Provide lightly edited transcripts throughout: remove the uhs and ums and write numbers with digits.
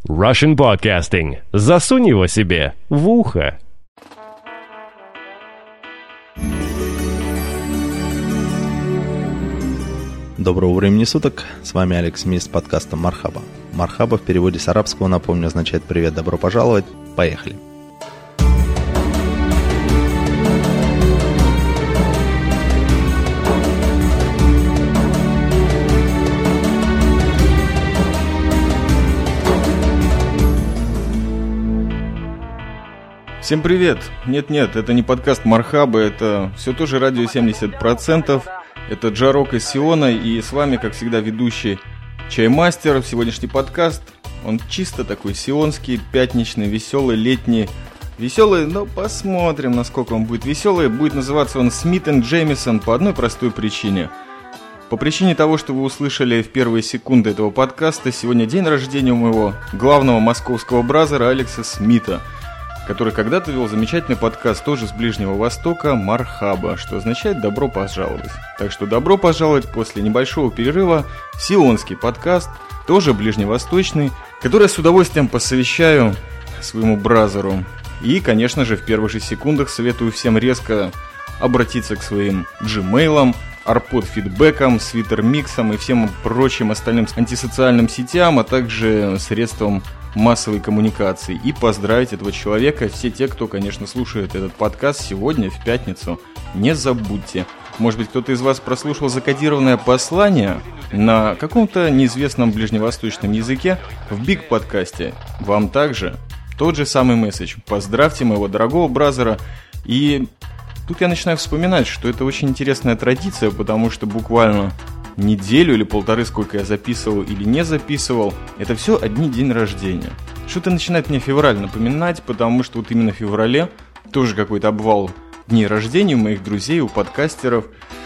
Russian Podcasting. Засунь его себе в ухо. Доброго времени суток, с вами Алекс Ми с подкастом Мархаба. Мархаба в переводе с арабского, напомню, означает «привет, добро пожаловать». Поехали! Всем привет! Нет, это не подкаст Мархаба, это все тоже радио 70%. Это Джарок из Сиона, и с вами, как всегда, ведущий Чаймастер. Сегодняшний подкаст, он чисто такой сионский, пятничный, веселый, летний. Веселый, но посмотрим, насколько он будет веселый. Будет называться он Смит энд Джеймисон по одной простой причине. По причине того, что вы услышали в первые секунды этого подкаста, сегодня день рождения у моего главного московского бразера Алекса Смита, который когда-то вел замечательный подкаст тоже с Ближнего Востока «Мархаба», что означает «добро пожаловать». Так что добро пожаловать после небольшого перерыва в сионский подкаст, тоже ближневосточный, который я с удовольствием посвящаю своему бразеру. И, конечно же, в первых же секундах советую всем резко обратиться к своим Gmail'ам, ARPod-фидбэкам, Twitter-миксам и всем прочим остальным антисоциальным сетям, а также средствам массовой коммуникации, и поздравить этого человека. Все те, кто, конечно, слушает этот подкаст сегодня, в пятницу, не забудьте. Может быть, кто-то из вас прослушал закодированное послание на каком-то неизвестном ближневосточном языке в Биг-подкасте. Вам также тот же самый месседж. Поздравьте моего дорогого бразера. И тут я начинаю вспоминать, что это очень интересная традиция, потому что буквально неделю или полторы, сколько я записывал или не записывал, это все одни день рождения. Что-то начинает мне февраль напоминать, потому что вот именно в феврале тоже какой-то обвал дней рождения у моих друзей, у подкастеров.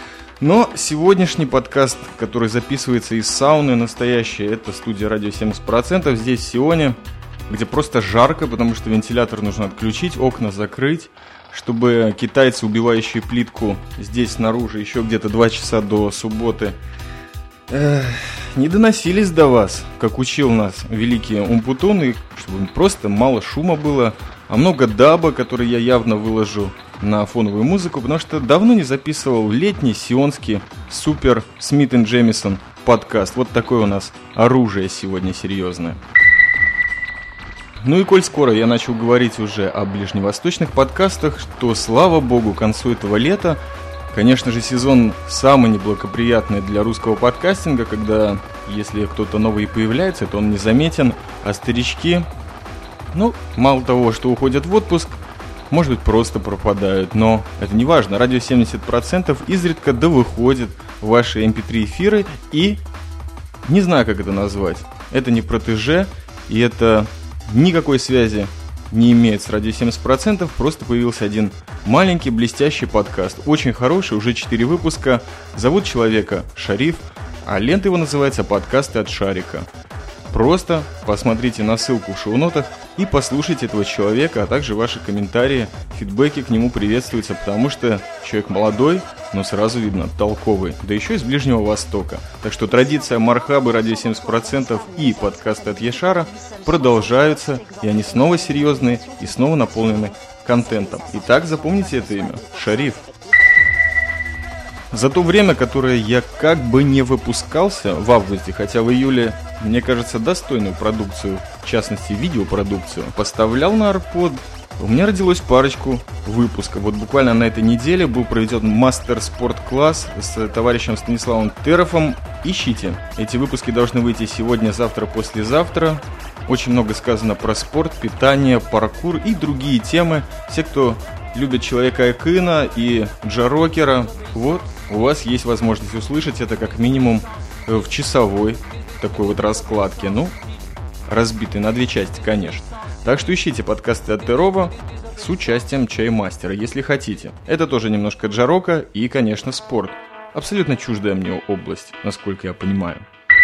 Но сегодняшний подкаст, который записывается из сауны настоящей, это студия радио 70%, здесь в Сионе, где просто жарко, потому что вентилятор нужно отключить, окна закрыть, чтобы китайцы, убивающие плитку здесь снаружи еще где-то 2 часа до субботы, не доносились до вас, как учил нас великий Умпутун, и чтобы просто мало шума было, а много даба, который я явно выложу на фоновую музыку, потому что давно не записывал летний сионский супер Смит энд Джеймисон подкаст. Вот такое у нас оружие сегодня серьезное. Ну и коль скоро я начал говорить уже о ближневосточных подкастах, то, слава богу, к концу этого лета, конечно же, сезон самый неблагоприятный для русского подкастинга, когда, если кто-то новый появляется, то он незаметен, а старички, мало того, что уходят в отпуск, может быть, просто пропадают, но это не важно. Радио 70% изредка выходит в ваши MP3 эфиры, и не знаю, как это назвать. Это не протеже, и это никакой связи не имеет с радио 70%, просто появился один маленький блестящий подкаст, очень хороший, уже 4 выпуска, зовут человека Шариф, а лента его называется «Подкасты от Шарика». Просто посмотрите на ссылку в шоу-нотах и послушайте этого человека, а также ваши комментарии, фидбэки к нему приветствуются, потому что человек молодой, но сразу видно толковый, да еще из Ближнего Востока. Так что традиция Мархабы, радио 70% и подкасты от Ешара продолжаются, и они снова серьезные и снова наполнены контентом. Итак, запомните это имя – Шариф. За то время, которое я как бы не выпускался в августе, хотя в июле, мне кажется, достойную продукцию, в частности видеопродукцию, поставлял на ARPod, у меня родилось парочку выпусков. Вот буквально на этой неделе был проведен мастер-спорт-класс с товарищем Станиславом Терафом. Ищите, эти выпуски должны выйти сегодня, завтра, послезавтра. Очень много сказано про спорт, питание, паркур и другие темы. Все, кто любит человека Экына и Джарокера, вот, у вас есть возможность услышать это как минимум в часовой такой вот раскладке. Разбитой на 2 части, конечно. Так что ищите подкасты от Терова с участием Чаймастера, если хотите. Это тоже немножко Джарока и, конечно, спорт. Абсолютно чуждая мне область, насколько я понимаю.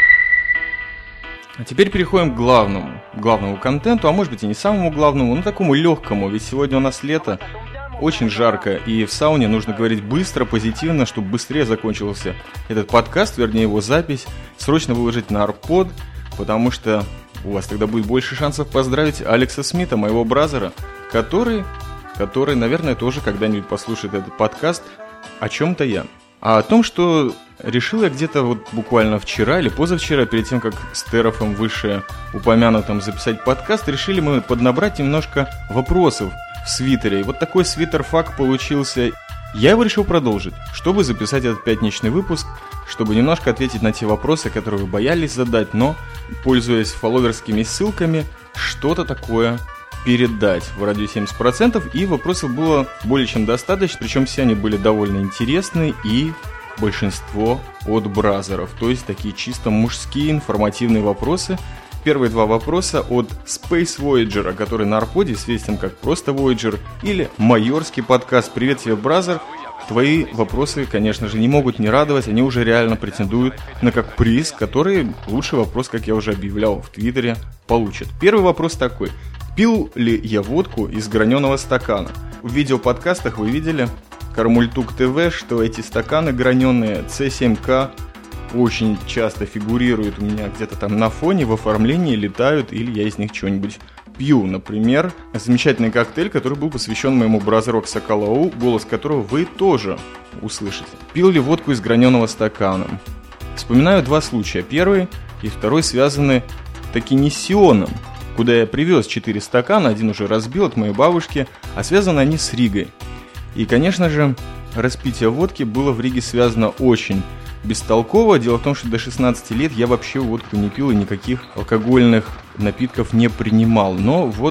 А теперь переходим к главному контенту, а может быть и не самому главному, но такому легкому, ведь сегодня у нас лето, очень жарко, и в сауне нужно говорить быстро, позитивно, чтобы быстрее закончился этот подкаст, вернее его запись, срочно выложить на ARPod, потому что у вас тогда будет больше шансов поздравить Алекса Смита, моего бразера, который, наверное, тоже когда-нибудь послушает этот подкаст «О чем-то я». А о том, что решил я где-то вот буквально вчера или позавчера, перед тем, как с Терафом выше упомянутым записать подкаст, решили мы поднабрать немножко вопросов в свитере. И вот такой свитер-факт получился. Я его решил продолжить, чтобы записать этот пятничный выпуск, чтобы немножко ответить на те вопросы, которые вы боялись задать, но, пользуясь фолловерскими ссылками, что-то такое передать в радио 70%, и вопросов было более чем достаточно, причем все они были довольно интересны, и большинство от бразеров, то есть такие чисто мужские информативные вопросы. Первые два вопроса от Space Voyager, который на Арподе известен как просто Voyager, или майорский подкаст «Привет тебе, бразер». Твои вопросы, конечно же, не могут не радовать, они уже реально претендуют на как приз, который лучший вопрос, как я уже объявлял в Твиттере, получит. Первый вопрос такой. Пил ли я водку из граненого стакана? В видеоподкастах вы видели, Кармультук ТВ, что эти стаканы граненые C7K очень часто фигурируют у меня где-то там на фоне, в оформлении, летают, или я из них что-нибудь пью. Например, замечательный коктейль, который был посвящен моему бразеру Аксакалау, голос которого вы тоже услышите. Пил ли водку из граненого стакана? Вспоминаю два случая. Первый и второй связаны таки не с Сионом, куда я привез 4 стакана, один уже разбил от моей бабушки, а связаны они с Ригой. И, конечно же, распитие водки было в Риге связано очень бестолково. Дело в том, что до 16 лет я вообще водку не пил и никаких алкогольных напитков не принимал. Но вот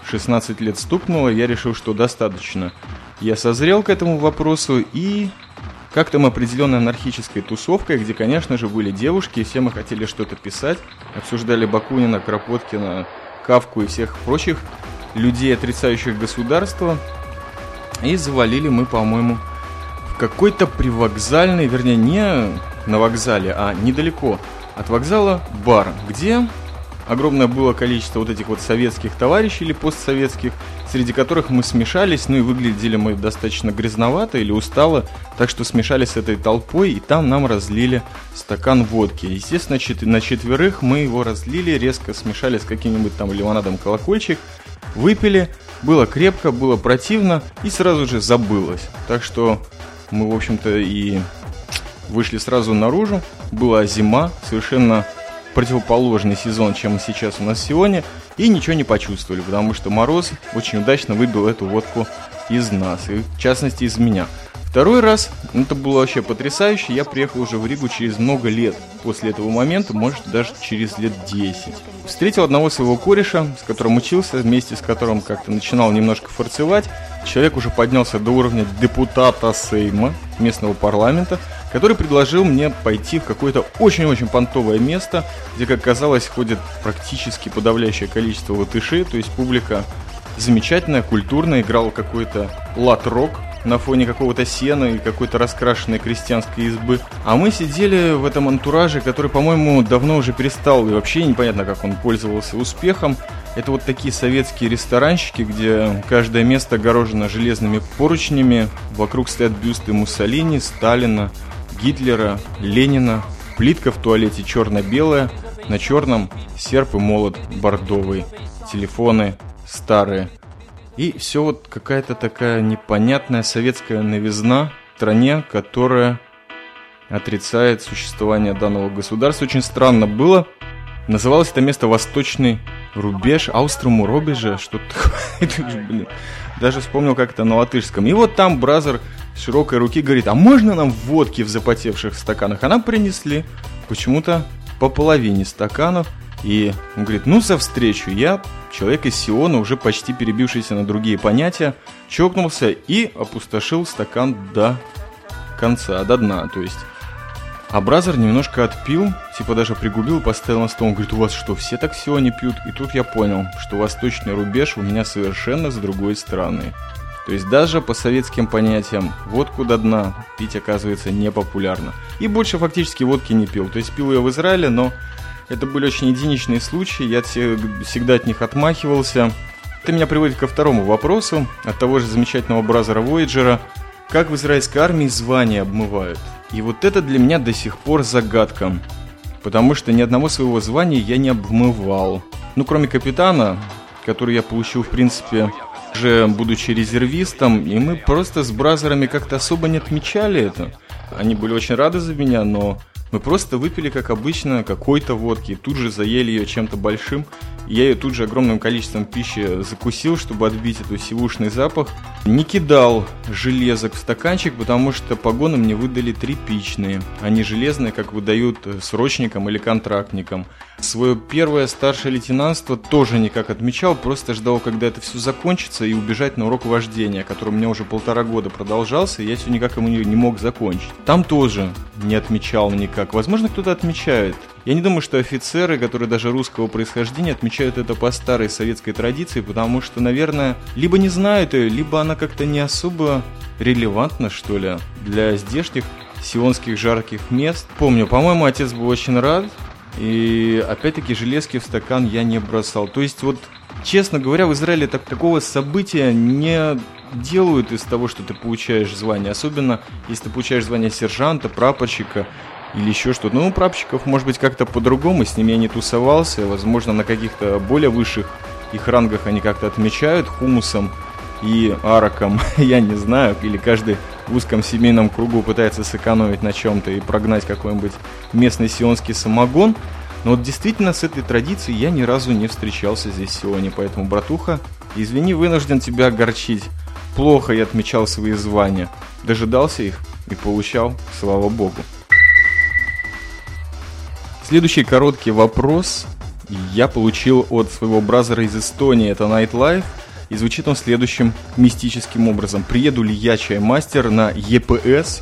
16 лет стукнуло, я решил, что достаточно. Я созрел к этому вопросу, и как там определенной анархической тусовкой, где, конечно же, были девушки, и все мы хотели что-то писать, обсуждали Бакунина, Кропоткина, Кафку и всех прочих людей, отрицающих государство, и завалили мы, по-моему, в какой-то привокзальный, вернее, не на вокзале, а недалеко от вокзала бар, где огромное было количество вот этих вот советских товарищей или постсоветских, среди которых мы смешались, ну и выглядели мы достаточно грязновато или устало, так что смешались с этой толпой, и там нам разлили стакан водки. Естественно, на четверых мы его разлили, резко смешали с каким-нибудь там лимонадом колокольчик, выпили, было крепко, было противно и сразу же забылось. Так что мы, в общем-то, и вышли сразу наружу, была зима, совершенно противоположный сезон, чем сейчас у нас в Сионе, и ничего не почувствовали, потому что мороз очень удачно выбил эту водку из нас, и в частности из меня. Второй раз, это было вообще потрясающе, я приехал уже в Ригу через много лет после этого момента, может даже через лет 10. Встретил одного своего кореша, с которым учился, вместе с которым как-то начинал немножко форцевать. Человек уже поднялся до уровня депутата Сейма, местного парламента, который предложил мне пойти в какое-то очень-очень понтовое место, где, как казалось, ходит практически подавляющее количество латышей, то есть публика замечательная, культурная, играл какой-то лат-рок на фоне какого-то сена и какой-то раскрашенной крестьянской избы. А мы сидели в этом антураже, который, по-моему, давно уже перестал, и вообще непонятно, как он пользовался успехом. Это вот такие советские ресторанчики, где каждое место огорожено железными поручнями, вокруг стоят бюсты Муссолини, Сталина, Гитлера, Ленина, плитка в туалете черно-белая, на черном серп и молот бордовый, телефоны старые. И все вот какая-то такая непонятная советская новизна в стране, которая отрицает существование данного государства. Очень странно было. Называлось это место Восточный рубеж, Ауструму Робежа, что-то такое. Блин, даже вспомнил, как это на латышском. И вот там бразер с широкой руки говорит: а можно нам водки в запотевших стаканах? А нам принесли почему-то по половине стаканов. И он говорит: ну, за встречу. Я, человек из Сиона, уже почти перебившийся на другие понятия, чокнулся и опустошил стакан до конца, до дна, то есть. А бразер немножко отпил, типа даже пригубил, поставил на стол. Он говорит: у вас что, все так в Сионе пьют? И тут я понял, что восточный рубеж у меня совершенно с другой стороны. То есть даже по советским понятиям водку до дна пить, оказывается, непопулярно. И больше фактически водки не пил. То есть пил ее в Израиле, но это были очень единичные случаи, я всегда от них отмахивался. Это меня приводит ко второму вопросу от того же замечательного бразера Voyager. Как в израильской армии звания обмывают? И вот это для меня до сих пор загадка. Потому что ни одного своего звания я не обмывал. кроме капитана, который я получил, в принципе, уже будучи резервистом, и мы просто с бразерами как-то особо не отмечали это. Они были очень рады за меня, но мы просто выпили, как обычно, какой-то водки, и тут же заели ее чем-то большим. Я ее тут же огромным количеством пищи закусил, чтобы отбить этот сивушный запах. Не кидал железок в стаканчик, потому что погоны мне выдали тряпичные, а не железные, как выдают срочникам или контрактникам. Свое первое старшее лейтенантство тоже никак отмечал, просто ждал, когда это все закончится, и убежать на урок вождения, который у меня уже 1,5 года продолжался, и я все никак ему не мог закончить. Там тоже не отмечал никак. Возможно, кто-то отмечает. Я не думаю, что офицеры, которые даже русского происхождения, отмечают это по старой советской традиции, потому что, наверное, либо не знают ее, либо она как-то не особо релевантна, что ли, для здешних сионских жарких мест. Помню, по-моему, отец был очень рад, и опять-таки железки в стакан я не бросал. То есть, вот, честно говоря, в Израиле такого события не делают из того, что ты получаешь звание. Особенно, если ты получаешь звание сержанта, прапорщика или еще что-то. Ну, у прапорщиков, может быть, как-то по-другому, с ними я не тусовался. Возможно, на каких-то более высших их рангах они как-то отмечают хумусом и араком, я не знаю. Или каждый в узком семейном кругу пытается сэкономить на чем-то и прогнать какой-нибудь местный сионский самогон. Но вот действительно с этой традицией я ни разу не встречался здесь в Сионе. Поэтому, братуха, извини, вынужден тебя огорчить. Плохо я отмечал свои звания. Дожидался их и получал, слава богу. Следующий короткий вопрос я получил от своего бразера из Эстонии, это Nightlife, и звучит он следующим мистическим образом. Приеду ли я, чаймастер, на ЕПС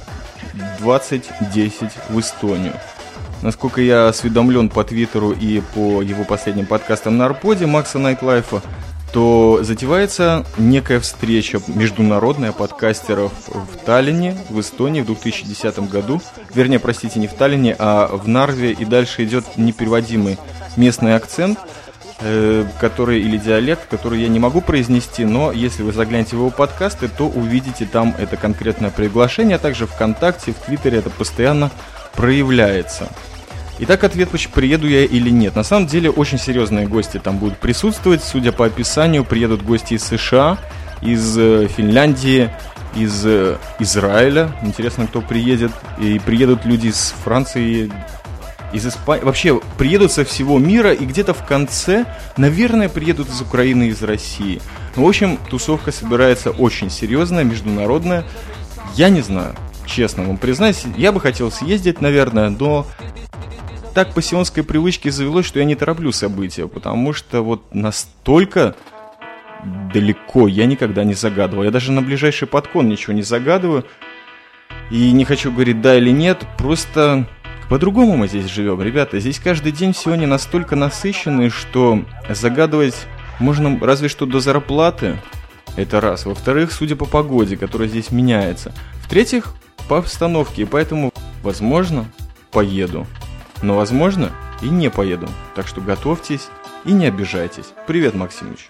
2010 в Эстонию? Насколько я осведомлен по Твиттеру и по его последним подкастам на Арподе Макса Найтлайфа, то затевается некая встреча международная подкастеров в Таллине, в Эстонии в 2010 году. Вернее, простите, не в Таллине, а в Нарве. И дальше идет непереводимый местный акцент, который, или диалект, который я не могу произнести, но если вы заглянете в его подкасты, то увидите там это конкретное приглашение, а также ВКонтакте, в Твиттере это постоянно проявляется. Итак, ответ, приеду я или нет. На самом деле, очень серьезные гости там будут присутствовать. Судя по описанию, приедут гости из США, из Финляндии, из Израиля. Интересно, кто приедет. И приедут люди из Франции, из Испании. Вообще, приедут со всего мира. И где-то в конце, наверное, приедут из Украины, из России. В общем, тусовка собирается очень серьезная, международная. Я не знаю, честно вам признаюсь. Я бы хотел съездить, наверное, но... Так по сионской привычке завелось, что я не тороплю события, потому что вот настолько далеко я никогда не загадывал. Я даже на ближайший подкон ничего не загадываю. И не хочу говорить да или нет, просто по-другому мы здесь живем. Ребята, здесь каждый день в Сионе настолько насыщенный, что загадывать можно разве что до зарплаты. Это раз. Во-вторых, судя по погоде, которая здесь меняется. В-третьих, по обстановке. И поэтому, возможно, поеду. Но, возможно, и не поеду. Так что готовьтесь и не обижайтесь. Привет, Максимыч.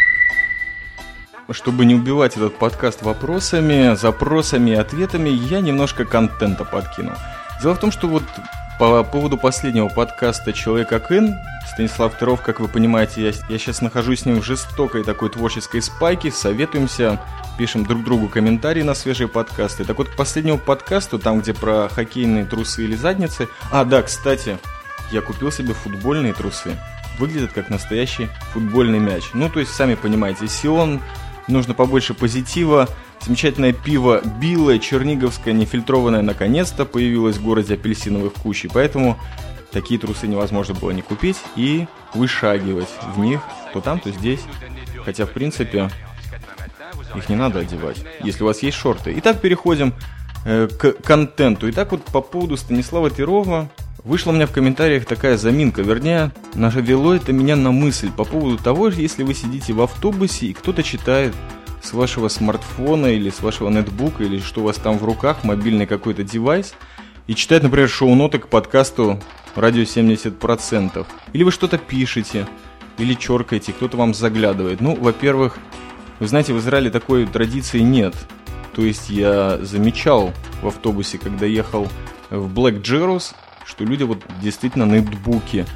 Чтобы не убивать этот подкаст вопросами, запросами и ответами, я немножко контента подкинул. Дело в том, что вот по поводу последнего подкаста «Человек Акын», Станислав Тыров, как вы понимаете, я сейчас нахожусь с ним в жестокой такой творческой спайке, советуемся, пишем друг другу комментарии на свежие подкасты. Так вот, к последнему подкасту, там, где про хоккейные трусы или задницы... да, кстати, я купил себе футбольные трусы. Выглядят как настоящий футбольный мяч. Ну, то есть, сами понимаете, Сион, нужно побольше позитива. Замечательное пиво Билла, черниговское, нефильтрованное, наконец-то появилось в городе апельсиновых кущей. Поэтому такие трусы невозможно было не купить и вышагивать в них то там, то здесь. Хотя, в принципе, их не надо одевать, если у вас есть шорты. Итак, переходим к контенту. Итак, вот по поводу Станислава Тырова вышла у меня в комментариях такая заминка. Вернее, навело это меня на мысль по поводу того, если вы сидите в автобусе и кто-то читает с вашего смартфона или с вашего нетбука, или что у вас там в руках, мобильный какой-то девайс, и читает, например, шоу-ноты к подкасту «Радио 70%». Или вы что-то пишете, или черкаете, кто-то вам заглядывает. Ну, во-первых, вы знаете, в Израиле такой традиции нет. То есть я замечал в автобусе, когда ехал в Black Jeros, что люди вот действительно нетбуки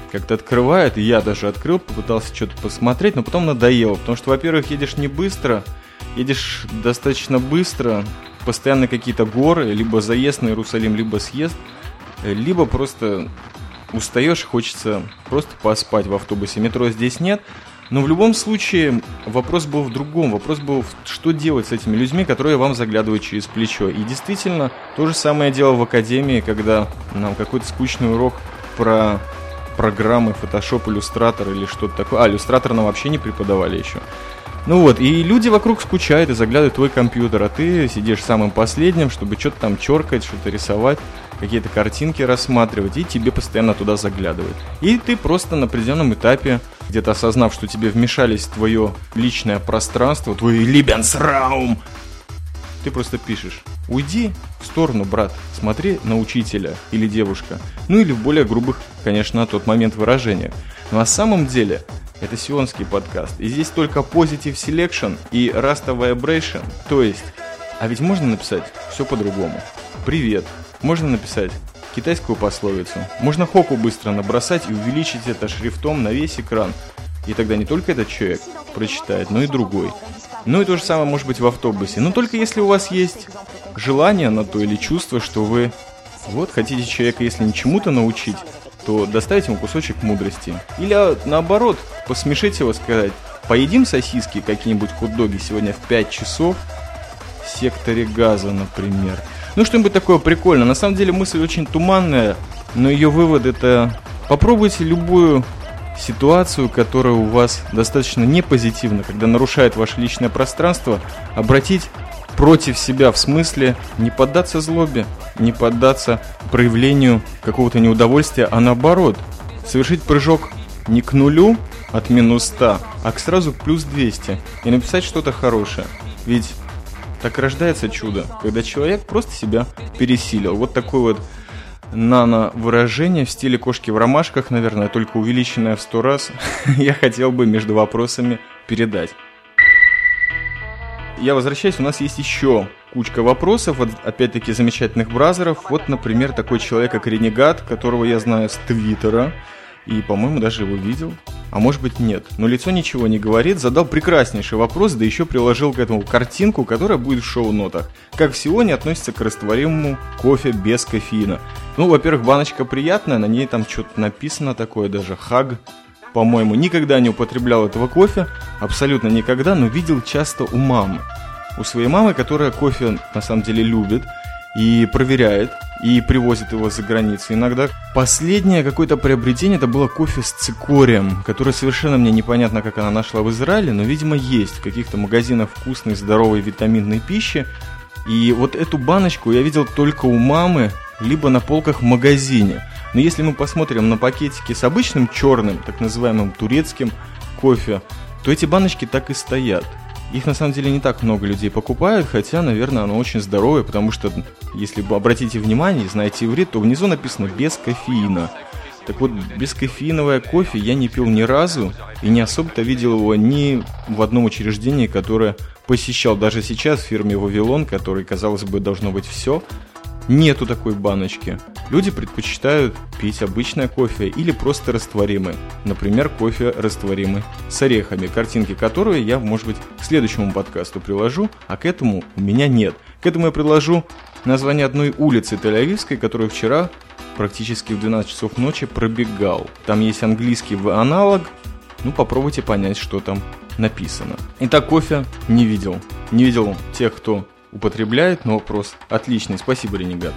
как-то открывает, и я даже открыл, попытался что-то посмотреть, но потом надоело, потому что, во-первых, едешь не быстро, едешь достаточно быстро, постоянно какие-то горы, либо заезд на Иерусалим, либо съезд, либо просто устаешь, хочется просто поспать в автобусе. Метро здесь нет. Но в любом случае вопрос был в другом. Вопрос был, что делать с этими людьми, которые вам заглядывают через плечо. И действительно, то же самое дело в академии, когда нам какой-то скучный урок про программы, Photoshop, Illustrator или что-то такое. Illustrator нам вообще не преподавали еще. Ну вот, и люди вокруг скучают и заглядывают в твой компьютер, а ты сидишь самым последним, чтобы что-то там черкать, что-то рисовать, какие-то картинки рассматривать, и тебе постоянно туда заглядывают. И ты просто на определенном этапе, где-то осознав, что тебе вмешались в твое личное пространство, твой Lebensraum, ты просто пишешь: уйди в сторону, брат, смотри на учителя или девушка. Ну или в более грубых, конечно, на тот момент выражениях. Но на самом деле это сионский подкаст, и здесь только Positive Selection и Rasta Vibration. То есть, а ведь можно написать все по-другому. Привет. Можно написать китайскую пословицу. Можно хоку быстро набросать и увеличить это шрифтом на весь экран. И тогда не только этот человек прочитает, но и другой. Ну и то же самое может быть в автобусе. Но только если у вас есть желание на то или чувство, что вы вот хотите человека, если не чему-то научить, то доставить ему кусочек мудрости. Или наоборот, посмешить его, сказать: поедим сосиски, какие-нибудь хот-доги сегодня в 5 часов в секторе Газа, например. Ну, что-нибудь такое прикольное. На самом деле мысль очень туманная, но ее вывод — это: попробуйте любую ситуацию, которая у вас достаточно непозитивна, когда нарушает ваше личное пространство, обратить против себя, в смысле не поддаться злобе, не поддаться проявлению какого-то неудовольствия, а наоборот, совершить прыжок не к нулю от минус 100, а к сразу к плюс 200 и написать что-то хорошее. Ведь так рождается чудо, когда человек просто себя пересилил. Вот такое вот нано-выражение в стиле кошки в ромашках, наверное, только увеличенное в 100 раз, я хотел бы между вопросами передать. Я возвращаюсь, у нас есть еще кучка вопросов от, опять-таки, замечательных бразеров. Вот, например, такой человек, как Ренегат, которого я знаю с Твиттера, и, по-моему, даже его видел. А может быть, нет. Но лицо ничего не говорит. Задал прекраснейший вопрос, да еще приложил к этому картинку, которая будет в шоу-нотах. Как в Сионе относится к растворимому кофе без кофеина? Ну, во-первых, баночка приятная, на ней там что-то написано такое, даже хаг. По-моему, никогда не употреблял этого кофе, абсолютно никогда, но видел часто у мамы. У своей мамы, которая кофе на самом деле любит и проверяет, и привозит его за границу иногда. Последнее какое-то приобретение — это было кофе с цикорием, которое совершенно мне непонятно, как она нашла в Израиле, но, видимо, есть в каких-то магазинах вкусной, здоровой, витаминной пищи. И вот эту баночку я видел только у мамы, либо на полках в магазине. Но если мы посмотрим на пакетики с обычным черным, так называемым турецким кофе, то эти баночки так и стоят. Их на самом деле не так много людей покупают, хотя, наверное, оно очень здоровое, потому что, если вы обратите внимание и знаете иврит, то внизу написано «без кофеина». Так вот, бескофеиновое кофе я не пил ни разу и не особо-то видел его ни в одном учреждении, которое посещал. Даже сейчас в фирме «Вавилон», которой, казалось бы, должно быть все, нету такой баночки. Люди предпочитают пить обычное кофе или просто растворимый. Например, кофе растворимый с орехами, картинки которой я, может быть, к следующему подкасту приложу, а к этому у меня нет. К этому я приложу название одной улицы Тель-Авивской, которую вчера практически в 12 часов ночи пробегал. Там есть английский аналог, ну попробуйте понять, что там написано. Итак, кофе не видел. Не видел тех, кто употребляет, но вопрос отличный. Спасибо, Ренегат.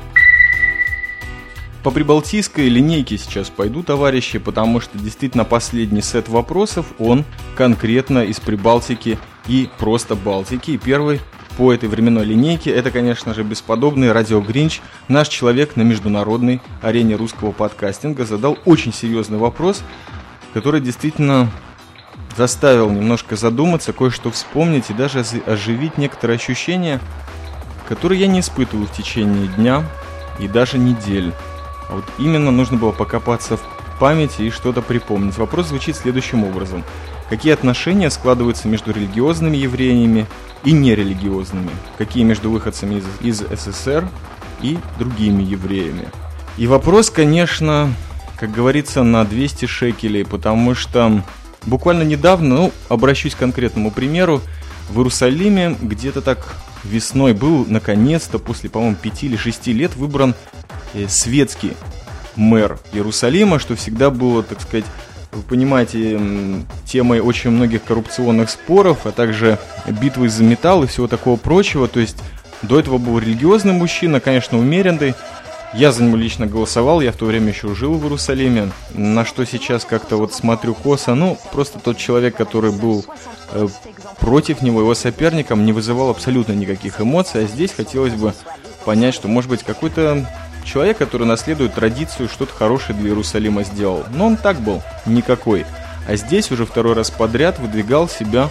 По прибалтийской линейке сейчас пойду, товарищи, потому что действительно последний сет вопросов, он конкретно из Прибалтики и просто Балтики. И первый по этой временной линейке — это, конечно же, бесподобный Радио Гринч. Наш человек на международной арене русского подкастинга задал очень серьезный вопрос, который действительно заставил немножко задуматься, кое-что вспомнить и даже оживить некоторые ощущения, которые я не испытываю в течение дня и даже недель. А вот именно нужно было покопаться в памяти и что-то припомнить. Вопрос звучит следующим образом. Какие отношения складываются между религиозными евреями и нерелигиозными? Какие между выходцами из СССР и другими евреями? И вопрос, конечно, как говорится, на 200 шекелей, потому что буквально недавно, обращусь к конкретному примеру, в Иерусалиме где-то так весной был, наконец-то, после, по-моему, 5 или 6 лет выбран светский мэр Иерусалима, что всегда было, так сказать, вы понимаете, темой очень многих коррупционных споров, а также битвы за металл и всего такого прочего. То есть до этого был религиозный мужчина, конечно, умеренный. Я за него лично голосовал, я в то время еще жил в Иерусалиме, на что сейчас как-то вот смотрю косо. Просто тот человек, который был против него, его соперником, не вызывал абсолютно никаких эмоций. А здесь хотелось бы понять, что, может быть, какой-то человек, который наследует традицию, что-то хорошее для Иерусалима сделал. Но он так был, никакой. А здесь уже второй раз подряд выдвигал себя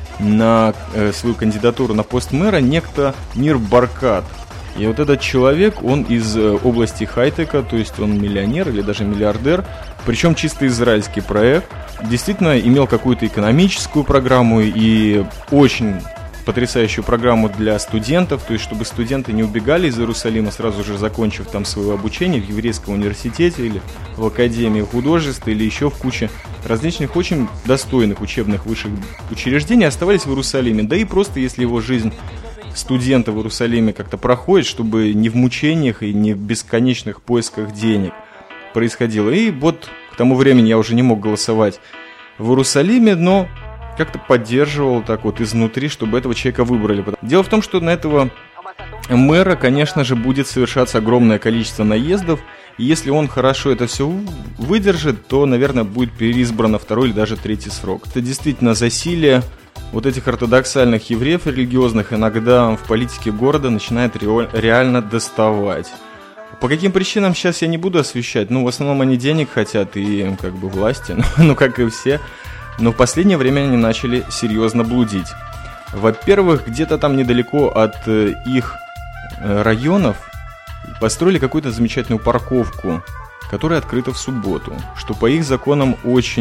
на свою кандидатуру на пост мэра некто Нир Баркат. И вот этот человек, он из области хай-тека, то есть он миллионер или даже миллиардер, причем чисто израильский проект, действительно имел какую-то экономическую программу и очень потрясающую программу для студентов, то есть чтобы студенты не убегали из Иерусалима, сразу же закончив там свое обучение в еврейском университете или в Академии художеств или еще в куче различных очень достойных учебных высших учреждений, оставались в Иерусалиме. Да и просто если его жизнь студента в Иерусалиме как-то проходит, чтобы не в мучениях и не в бесконечных поисках денег происходило. И вот к тому времени я уже не мог голосовать в Иерусалиме, но как-то поддерживал так вот изнутри, чтобы этого человека выбрали. Дело в том, что на этого мэра, конечно же, будет совершаться огромное количество наездов, и если он хорошо это все выдержит, то, наверное, будет переизбран на второй или даже третий срок. Это действительно засилие вот этих ортодоксальных евреев религиозных иногда в политике города начинает реально доставать. По каким причинам сейчас я не буду освещать, в основном они денег хотят и как бы власти, как и все. Но в последнее время они начали серьезно блудить. Во-первых, где-то там недалеко от их районов построили какую-то замечательную парковку, которая открыта в субботу, что по их законам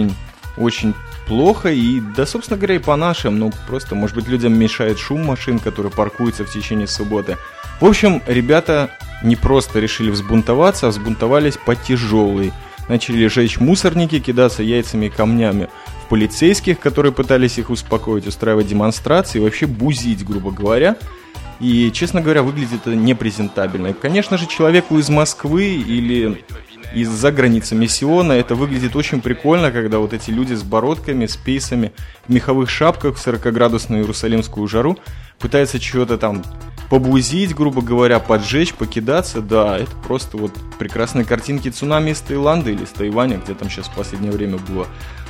очень плохо и, да, собственно говоря, и по нашим, просто, может быть, людям мешает шум машин, которые паркуются в течение субботы. В общем, ребята не просто решили взбунтоваться, а взбунтовались по тяжелой. Начали жечь мусорники, кидаться яйцами и камнями в полицейских, которые пытались их успокоить, устраивать демонстрации, вообще бузить, грубо говоря. И, честно говоря, выглядит это непрезентабельно. И, конечно же, человеку из Москвы или из-за границами Сиона это выглядит очень прикольно, когда вот эти люди с бородками, с пейсами, в меховых шапках в 40-градусную иерусалимскую жару пытаются чего-то там побузить, грубо говоря, поджечь, покидаться. Да, это просто вот прекрасные картинки цунами из Таиланда или из Тайваня, где там сейчас в последнее время было.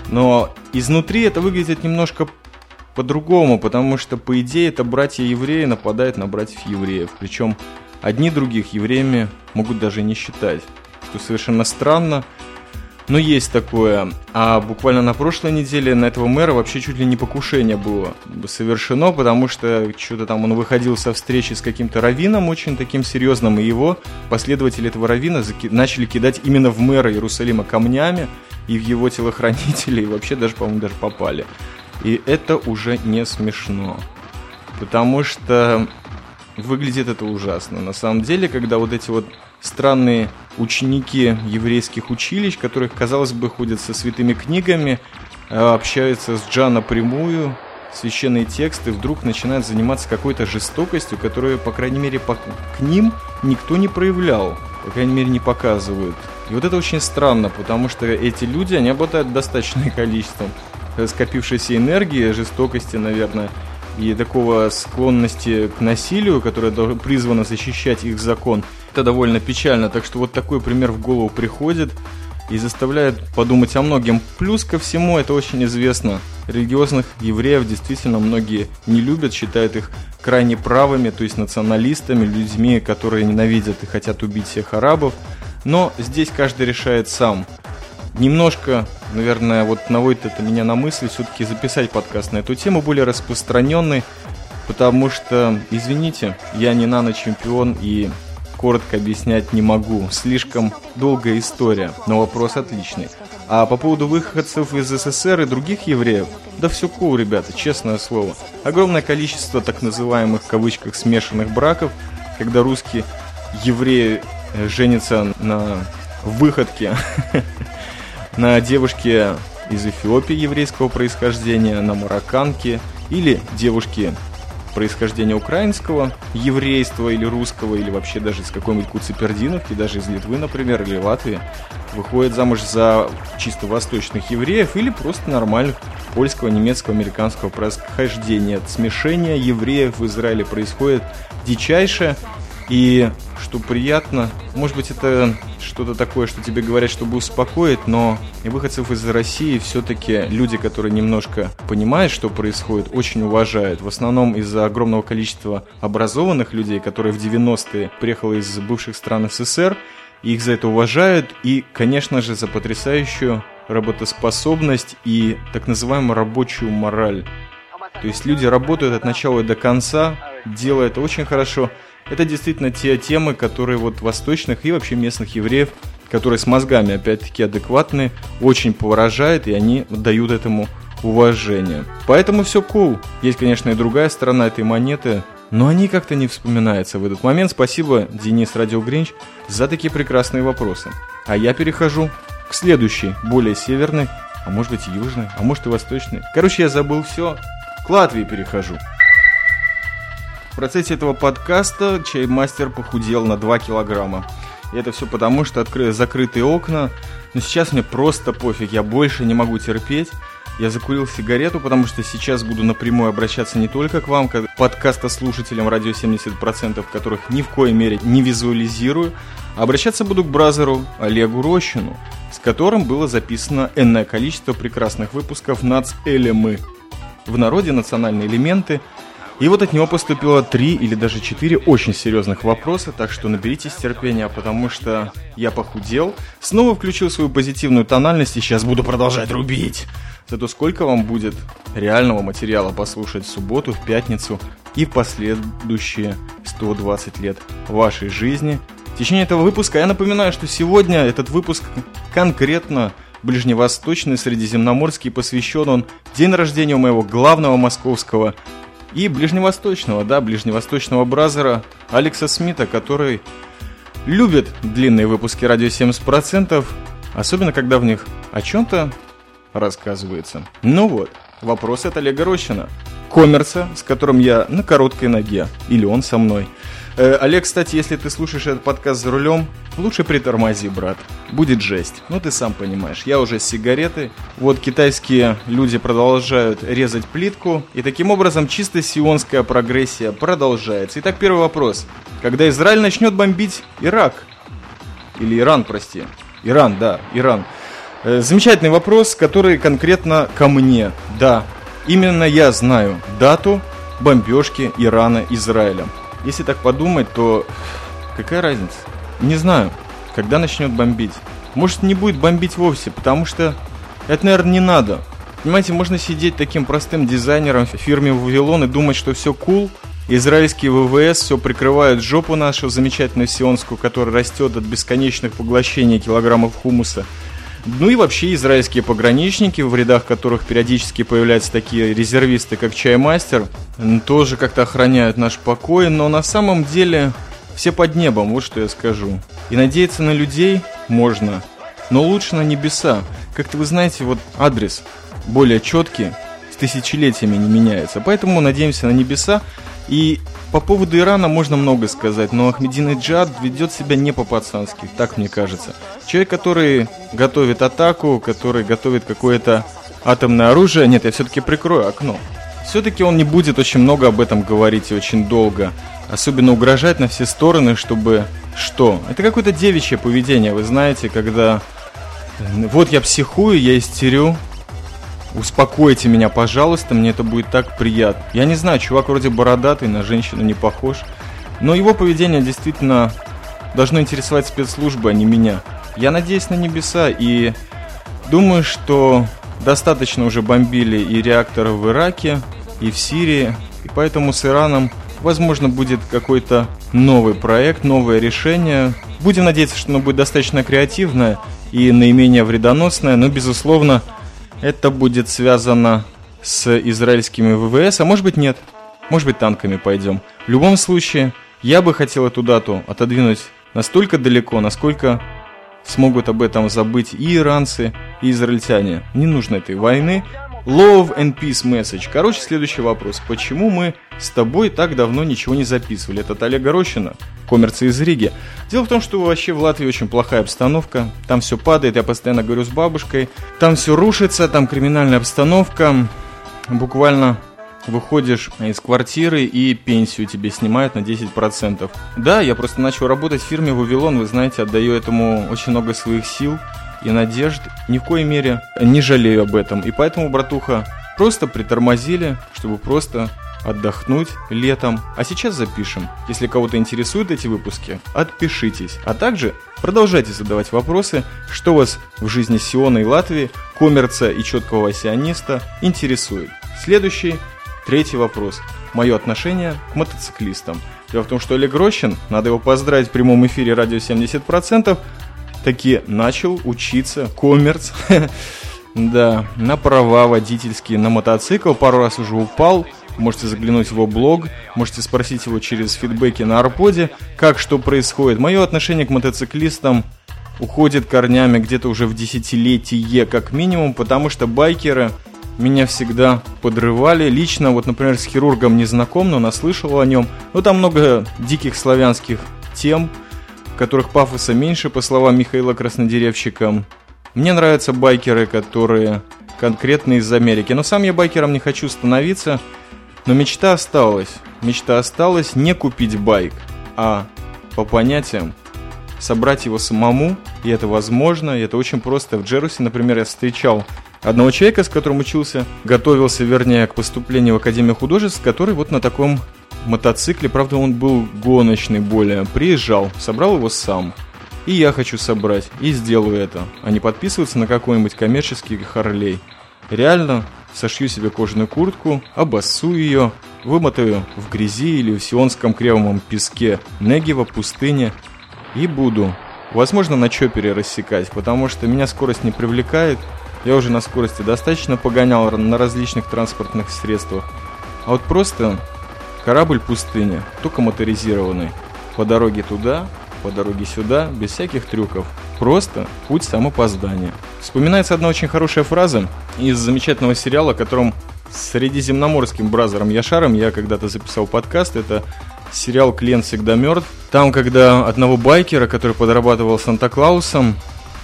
Но изнутри это выглядит немножко по-другому, потому что, по идее, это братья-евреи нападают на братьев-евреев. Причем одни других евреями могут даже не считать, что совершенно странно. Но есть такое. А буквально на прошлой неделе на этого мэра вообще чуть ли не покушение было совершено, потому что что-то там он выходил со встречи с каким-то раввином очень таким серьезным, и его последователи этого раввина начали кидать именно в мэра Иерусалима камнями и в его телохранителей, и вообще даже, по-моему, даже попали. И это уже не смешно, потому что выглядит это ужасно. На самом деле, когда вот эти вот странные ученики еврейских училищ, которых, казалось бы, ходят со святыми книгами, общаются с Джа напрямую, священные тексты, вдруг начинают заниматься какой-то жестокостью, которую, по крайней мере, к ним никто не проявлял, по крайней мере, не показывают. И вот это очень странно, потому что эти люди, они обладают достаточным количеством скопившейся энергии, жестокости, наверное, и такого склонности к насилию, которая призвана защищать их закон. Это довольно печально, так что вот такой пример в голову приходит и заставляет подумать о многом. Плюс ко всему, это очень известно, религиозных евреев действительно многие не любят, считают их крайне правыми, то есть националистами, людьми, которые ненавидят и хотят убить всех арабов. Но здесь каждый решает сам. Немножко, наверное, вот наводит это меня на мысль все-таки записать подкаст на эту тему, более распространенный, потому что, извините, я не нано-чемпион и коротко объяснять не могу. Слишком долгая история, но вопрос отличный. А по поводу выходцев из СССР и других евреев, да все cool, ребята, честное слово. Огромное количество так называемых в кавычках смешанных браков, когда русские евреи женятся на выходке на девушке из Эфиопии еврейского происхождения, на марокканке или девушке происхождения украинского, еврейства или русского, или вообще даже из какой-нибудь Куцепердиновки, даже из Литвы, например, или Латвии, выходит замуж за чисто восточных евреев или просто нормальных польского, немецкого, американского происхождения. Смешение евреев в Израиле происходит дичайшее. И что приятно, может быть, это что-то такое, что тебе говорят, чтобы успокоить, но выходцев из России все-таки люди, которые немножко понимают, что происходит, очень уважают. В основном из-за огромного количества образованных людей, которые в 90-е приехали из бывших стран СССР, их за это уважают и, конечно же, за потрясающую работоспособность и так называемую рабочую мораль. То есть люди работают от начала и до конца, делают это очень хорошо. Это действительно те темы, которые вот восточных и вообще местных евреев, которые с мозгами, опять-таки, адекватные, очень поражают, и они дают этому уважение. Поэтому все cool. Есть, конечно, и другая сторона этой монеты, но они как-то не вспоминаются в этот момент. Спасибо, Денис Радио Гринч, за такие прекрасные вопросы. А я перехожу к следующей, более северной, а может быть и южной, а может и восточной. Короче, я забыл все. К Латвии перехожу. В процессе этого подкаста чаймастер похудел на 2 килограмма. И это все потому, что закрытые окна. Но сейчас мне просто пофиг, я больше не могу терпеть. Я закурил сигарету, потому что сейчас буду напрямую обращаться не только к вам, как подкастослушателям радио 70%, которых ни в коей мере не визуализирую, а обращаться буду к бразеру Олегу Рощину, с которым было записано энное количество прекрасных выпусков «Нацэлемы». В народе национальные элементы. И вот от него поступило 3 или даже 4 очень серьезных вопроса, так что наберитесь терпения, потому что я похудел, снова включил свою позитивную тональность и сейчас буду продолжать рубить. Зато сколько вам будет реального материала послушать в субботу, в пятницу и в последующие 120 лет вашей жизни. В течение этого выпуска я напоминаю, что сегодня этот выпуск конкретно ближневосточный, средиземноморский, посвящен он день рождения моего главного московского и ближневосточного бразера Алекса Смита, который любит длинные выпуски радио 70%, особенно когда в них о чем-то рассказывается. Ну вот, вопрос от Олега Рощина, коммерса, с которым я на короткой ноге, или он со мной. Олег, кстати, если ты слушаешь этот подкаст за рулем, лучше притормози, брат. Будет жесть. Ну, ты сам понимаешь. Я уже с сигаретой. Вот китайские люди продолжают резать плитку. И таким образом чисто сионская прогрессия продолжается. Итак, первый вопрос. Когда Израиль начнет бомбить Ирак? Или Иран, прости. Иран. Замечательный вопрос, который конкретно ко мне. Да, именно я знаю дату бомбежки Ирана Израилем. Если так подумать, то какая разница? Не знаю, когда начнет бомбить. Может, не будет бомбить вовсе, потому что это, наверное, не надо. Понимаете, можно сидеть таким простым дизайнером в фирме Вавилон и думать, что все cool. Израильские ВВС все прикрывают жопу нашу замечательную сионскую, которая растет от бесконечных поглощений килограммов хумуса. Ну и вообще израильские пограничники, в рядах которых периодически появляются такие резервисты, как чаймастер, тоже как-то охраняют наш покой, но на самом деле все под небом, вот что я скажу. И надеяться на людей можно, но лучше на небеса. Как-то вы знаете, вот адрес более четкий, с тысячелетиями не меняется, поэтому надеемся на небеса. И по поводу Ирана можно много сказать, но Ахмединеджад ведет себя не по-пацански, так мне кажется. Человек, который готовит атаку, который готовит какое-то атомное оружие, нет, я все-таки прикрою окно. Все-таки он не будет очень много об этом говорить и очень долго, особенно угрожать на все стороны, чтобы... Что? Это какое-то девичье поведение, вы знаете, когда... Вот я психую, я истерю. Успокойте меня, пожалуйста, мне это будет так приятно. Я не знаю, чувак вроде бородатый, на женщину не похож. Но его поведение действительно должно интересовать спецслужбы, а не меня. Я надеюсь на небеса и думаю, что достаточно уже бомбили и реакторы в Ираке, и в Сирии. И поэтому с Ираном, возможно, будет какой-то новый проект, новое решение. Будем надеяться, что оно будет достаточно креативное и наименее вредоносное, но, безусловно, это будет связано с израильскими ВВС, а может быть нет, может быть танками пойдем. В любом случае, я бы хотел эту дату отодвинуть настолько далеко, насколько смогут об этом забыть и иранцы, и израильтяне. Не нужно этой войны. Love and Peace Message. Короче, следующий вопрос. Почему мы с тобой так давно ничего не записывали? Это от Олега Рощина, коммерца из Риги. Дело в том, что вообще в Латвии очень плохая обстановка. Там все падает, я постоянно говорю с бабушкой. Там все рушится, там криминальная обстановка. Буквально выходишь из квартиры и пенсию тебе снимают на 10%. Да, я просто начал работать в фирме «Вавилон». Вы знаете, отдаю этому очень много своих сил и надежд. Ни в коей мере не жалею об этом. И поэтому, братуха, просто притормозили, чтобы просто отдохнуть летом. А сейчас запишем. Если кого-то интересуют эти выпуски, отпишитесь. А также продолжайте задавать вопросы, что вас в жизни Сиона и Латвии, коммерца и четкого сиониста интересует. Следующий, третий вопрос. Мое отношение к мотоциклистам. Дело в том, что Олег Рощин, надо его поздравить в прямом эфире радио 70%, таки начал учиться коммерц, да, на права водительские, на мотоцикл, пару раз уже упал, можете заглянуть в его блог, можете спросить его через фидбэки на Арподе, как что происходит. Мое отношение к мотоциклистам уходит корнями где-то уже в десятилетие как минимум, потому что байкеры меня всегда подрывали. Лично, вот, например, с хирургом не знаком, но наслышал о нем. Но там много диких славянских тем, в которых пафоса меньше, по словам Михаила Краснодеревщика. Мне нравятся байкеры, которые конкретно из Америки. Но сам я байкером не хочу становиться. Но мечта осталась. Мечта осталась не купить байк, а по понятиям собрать его самому. И это возможно, и это очень просто. В Джерусе, например, я встречал одного человека, с которым учился, готовился, вернее, к поступлению в Академию художеств, который вот на таком мотоцикле, правда, он был гоночный более, приезжал, собрал его сам. И я хочу собрать, и сделаю это, а не подписываться на какой-нибудь коммерческий Харлей. Реально сошью себе кожаную куртку, обоссу ее, вымотаю в грязи или в сионском кремовом песке Негева, пустыне, и буду, возможно, на чоппере рассекать, потому что меня скорость не привлекает. Я уже на скорости достаточно погонял на различных транспортных средствах. А вот просто корабль пустыня, только моторизированный. По дороге туда, по дороге сюда, без всяких трюков. Просто путь самопознания. Вспоминается одна очень хорошая фраза из замечательного сериала, о котором с средиземноморским бразером Яшаром я когда-то записал подкаст. Это сериал «Клиент всегда мертв». Там, когда одного байкера, который подрабатывал Санта-Клаусом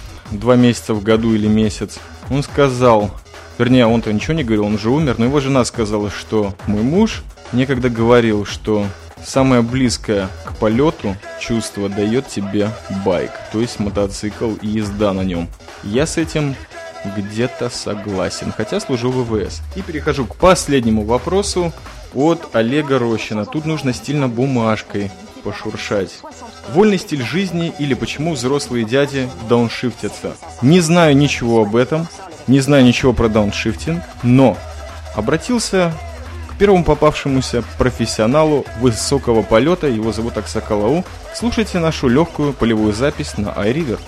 2 месяца в году или месяц, он сказал, вернее, он-то ничего не говорил, он уже умер, но его жена сказала, что мой муж некогда говорил, что самое близкое к полету чувство дает тебе байк, то есть мотоцикл и езда на нем. Я с этим где-то согласен, хотя служу в ВВС. И перехожу к последнему вопросу от Олега Рощина. Тут нужно стильно бумажкой пошуршать. Вольный стиль жизни или почему взрослые дяди дауншифтятся? Не знаю ничего об этом, не знаю ничего про дауншифтинг, но обратился к первому попавшемуся профессионалу высокого полета, его зовут Аксакал Ау. Слушайте нашу легкую полевую запись на iRiver.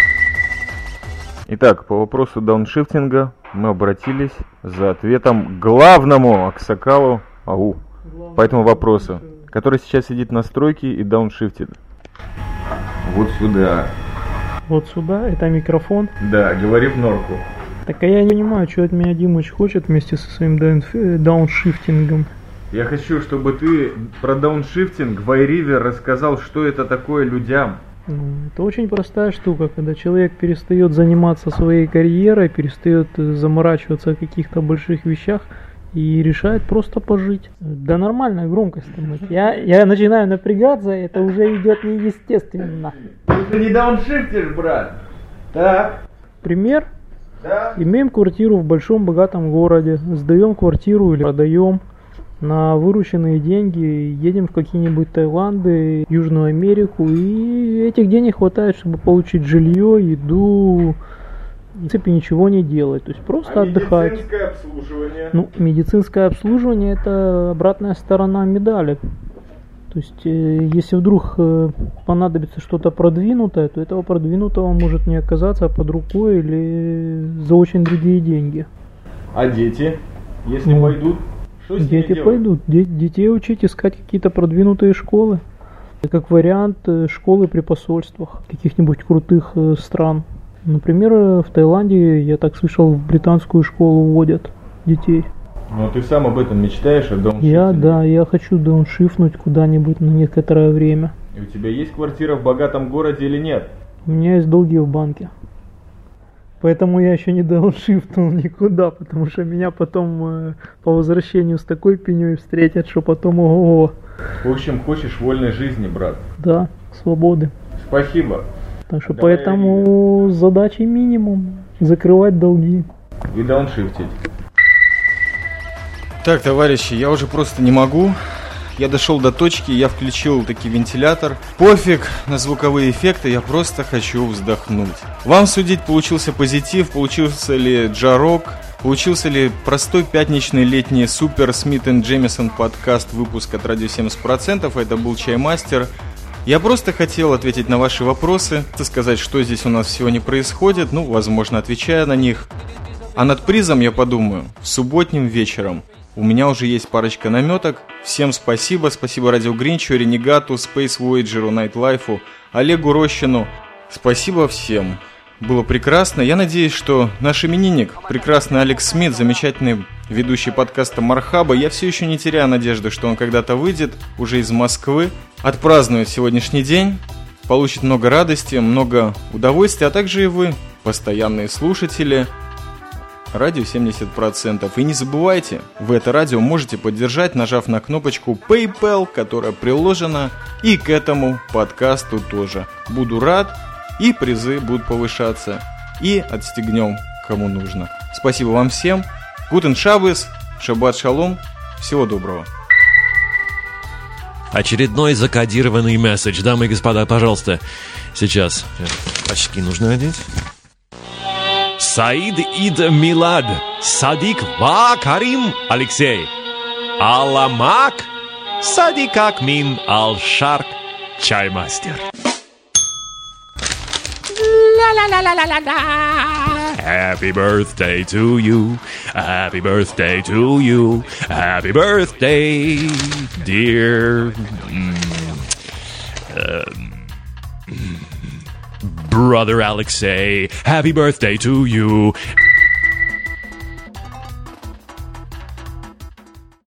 Итак, по вопросу дауншифтинга мы обратились за ответом к главному Аксакалу Ау по этому вопросу, который сейчас сидит на стройке и дауншифтит. Вот сюда. Вот сюда? Это микрофон? Да, говори в норку. Так а я не понимаю, что от меня Димыч хочет вместе со своим дауншифтингом. Я хочу, чтобы ты про дауншифтинг в iRiver рассказал, что это такое людям. Это очень простая штука, когда человек перестает заниматься своей карьерой, перестает заморачиваться о каких-то больших вещах и решает просто пожить. Да нормальная громкость. Я начинаю напрягаться, это уже идет неестественно. Ты не дауншифтишь, брат? Так. Пример. Да. Имеем квартиру в большом богатом городе, сдаем квартиру или продаем. На вырученные деньги едем в какие-нибудь Таиланды, Южную Америку, и этих денег хватает, чтобы получить жилье, еду, и, в принципе, ничего не делать, то есть просто отдыхать. Медицинское обслуживание? Медицинское обслуживание – это обратная сторона медали. То есть, если вдруг понадобится что-то продвинутое, то этого продвинутого может не оказаться под рукой или за очень другие деньги. А дети, если пойдут? Дети пойдут. Детей учить искать какие-то продвинутые школы. Как вариант, школы при посольствах каких-нибудь крутых стран. Например, в Таиланде, я так слышал, в британскую школу водят детей. Ну, ты сам об этом мечтаешь, о дауншифте? Я хочу дауншифнуть куда-нибудь на некоторое время. И у тебя есть квартира в богатом городе или нет? У меня есть долги в банке. Поэтому я еще не дауншифтнул никуда, потому что меня потом по возвращению с такой пеней встретят, что потом ого-го. В общем, хочешь вольной жизни, брат? Да, свободы. Спасибо. Так что поэтому задачей минимум закрывать долги. И дауншифтить. Так, товарищи, я уже просто не могу. Я дошел до точки, я включил таки вентилятор. Пофиг на звуковые эффекты, я просто хочу вздохнуть. Вам судить, получился позитив, получился ли джарок, получился ли простой пятничный летний супер Смит энд Джемисон подкаст, выпуск от радио 70%. Это был Чаймастер. Я просто хотел ответить на ваши вопросы, сказать, что здесь у нас сегодня происходит, возможно, отвечая на них. А над призом я подумаю субботним вечером. У меня уже есть парочка наметок. Всем спасибо. Спасибо Радио Гринчу, Ренегату, Space Voyager, Найтлайфу, Олегу Рощину. Спасибо всем. Было прекрасно. Я надеюсь, что наш именинник, прекрасный Алекс Смит, замечательный ведущий подкаста Мархаба, я все еще не теряю надежды, что он когда-то выйдет уже из Москвы, отпразднует сегодняшний день, получит много радости, много удовольствия, а также и вы, постоянные слушатели радио 70%. И не забывайте, вы это радио можете поддержать, нажав на кнопочку PayPal, которая приложена и к этому подкасту тоже. Буду рад, и призы будут повышаться, и отстегнем кому нужно. Спасибо вам всем. Гутен Шаббес, Шаббат Шалом. Всего доброго. Очередной закодированный месседж. Дамы и господа, пожалуйста, сейчас очки нужно одеть. Саид Ид Милад, Садик Ва Карим Алексей, Аламак, Садик Акмин Ал-Шарк, Чаймастер. Happy birthday to you, happy birthday to you, happy birthday, dear brother Alexei, happy birthday to you.